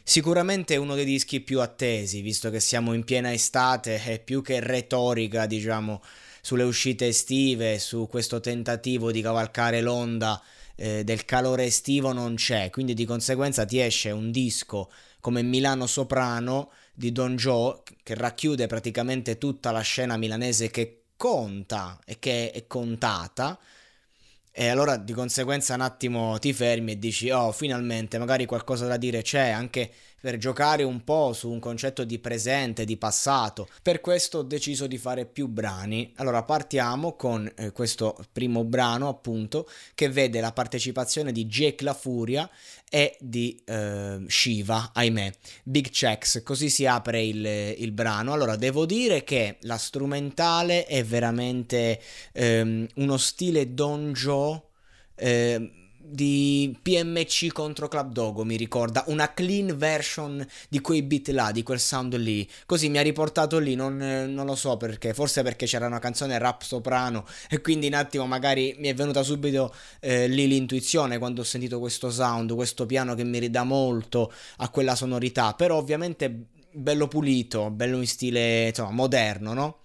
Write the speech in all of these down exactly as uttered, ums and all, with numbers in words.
Sicuramente è uno dei dischi più attesi, visto che siamo in piena estate e più che retorica, diciamo, sulle uscite estive, su questo tentativo di cavalcare l'onda eh, del calore estivo non c'è, quindi di conseguenza ti esce un disco come Milano Soprano di Don Joe che racchiude praticamente tutta la scena milanese che conta e che è contata. E allora di conseguenza un attimo ti fermi e dici, oh, finalmente magari qualcosa da dire c'è anche per giocare un po' su un concetto di presente, di passato. Per questo ho deciso di fare più brani. Allora partiamo con eh, questo primo brano, appunto, che vede la partecipazione di Jake La Furia e di eh, Shiva, ahimè. Big Checks, così si apre il, il brano. Allora, devo dire che la strumentale è veramente ehm, uno stile Don Joe ehm, di P M C contro Club Dogo, mi ricorda una clean version di quei beat là, di quel sound lì. Così mi ha riportato lì, non, eh, non lo so perché, forse perché c'era una canzone rap soprano e quindi un attimo magari mi è venuta subito eh, lì l'intuizione quando ho sentito questo sound, questo piano che mi ridà molto a quella sonorità, però ovviamente bello pulito, bello in stile insomma moderno, no?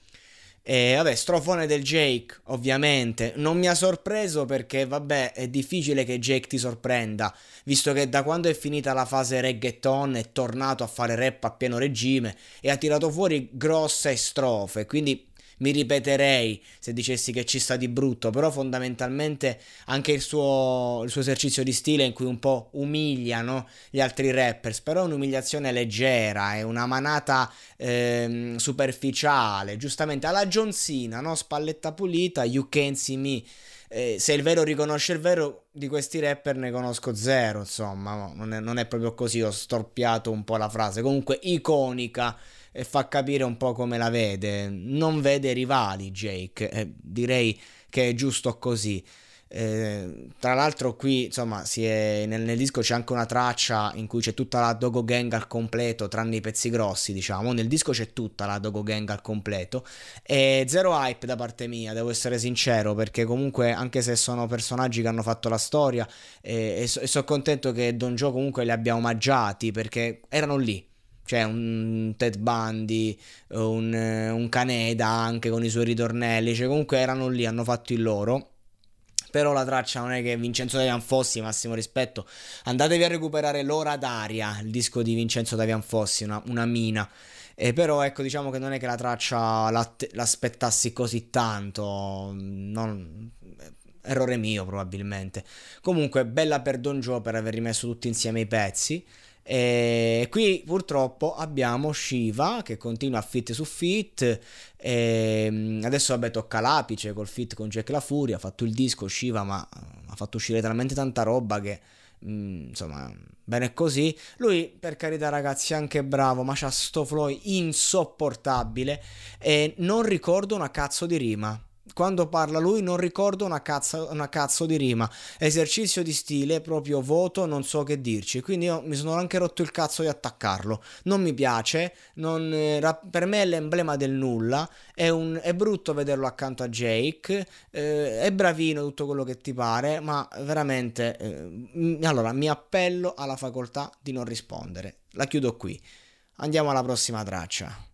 E vabbè, strofone del Jake, ovviamente. Non mi ha sorpreso perché, vabbè, è difficile che Jake ti sorprenda, visto che da quando è finita la fase reggaeton è tornato a fare rap a pieno regime e ha tirato fuori grosse strofe, quindi mi ripeterei se dicessi che ci sta di brutto, però fondamentalmente anche il suo, il suo esercizio di stile in cui un po' umilia, no, gli altri rappers, però è un'umiliazione leggera, è una manata ehm, superficiale, giustamente alla John Cena, no? Spalletta pulita, you can't see me. Eh, se il vero riconosce il vero, di questi rapper ne conosco zero, insomma, no, non è, non è proprio così, ho storpiato un po' la frase, comunque iconica e fa capire un po' come la vede, non vede rivali Jake, eh, direi che è giusto così. Eh, tra l'altro qui insomma si è, nel, nel disco c'è anche una traccia in cui c'è tutta la Dogo Gang al completo tranne i pezzi grossi, diciamo nel disco c'è tutta la Dogo Gang al completo e zero hype da parte mia, devo essere sincero, perché comunque anche se sono personaggi che hanno fatto la storia eh, e, so, e sono contento che Don Joe comunque li abbia omaggiati perché erano lì. C'è un Ted Bundy, un, un Caneda anche con i suoi ritornelli, cioè comunque erano lì, hanno fatto il loro. Però la traccia non è che Vincenzo Davian Fossi, massimo rispetto, andatevi a recuperare L'ora d'aria, il disco di Vincenzo Davian Fossi, una, una mina. Eh, però ecco, diciamo che non è che la traccia l'aspettassi così tanto, non, errore mio probabilmente. Comunque bella per Don Joe per aver rimesso tutti insieme i pezzi. E qui purtroppo abbiamo Shiva che continua a fit su fit. E adesso vabbè tocca l'apice col fit con Jack La Furia. Ha fatto il disco Shiva, ma ha fatto uscire talmente tanta roba che mh, insomma bene così. Lui per carità ragazzi è anche bravo, ma c'ha sto flow insopportabile e non ricordo una cazzo di rima. Quando parla lui non ricordo una cazzo, una cazzo di rima. Esercizio di stile, proprio voto, non so che dirci. Quindi io mi sono anche rotto il cazzo di attaccarlo. Non mi piace, non, eh, per me è l'emblema del nulla. È, un, è brutto vederlo accanto a Jake. Eh, è bravino tutto quello che ti pare, ma veramente... Eh, allora, mi appello alla facoltà di non rispondere. La chiudo qui. Andiamo alla prossima traccia.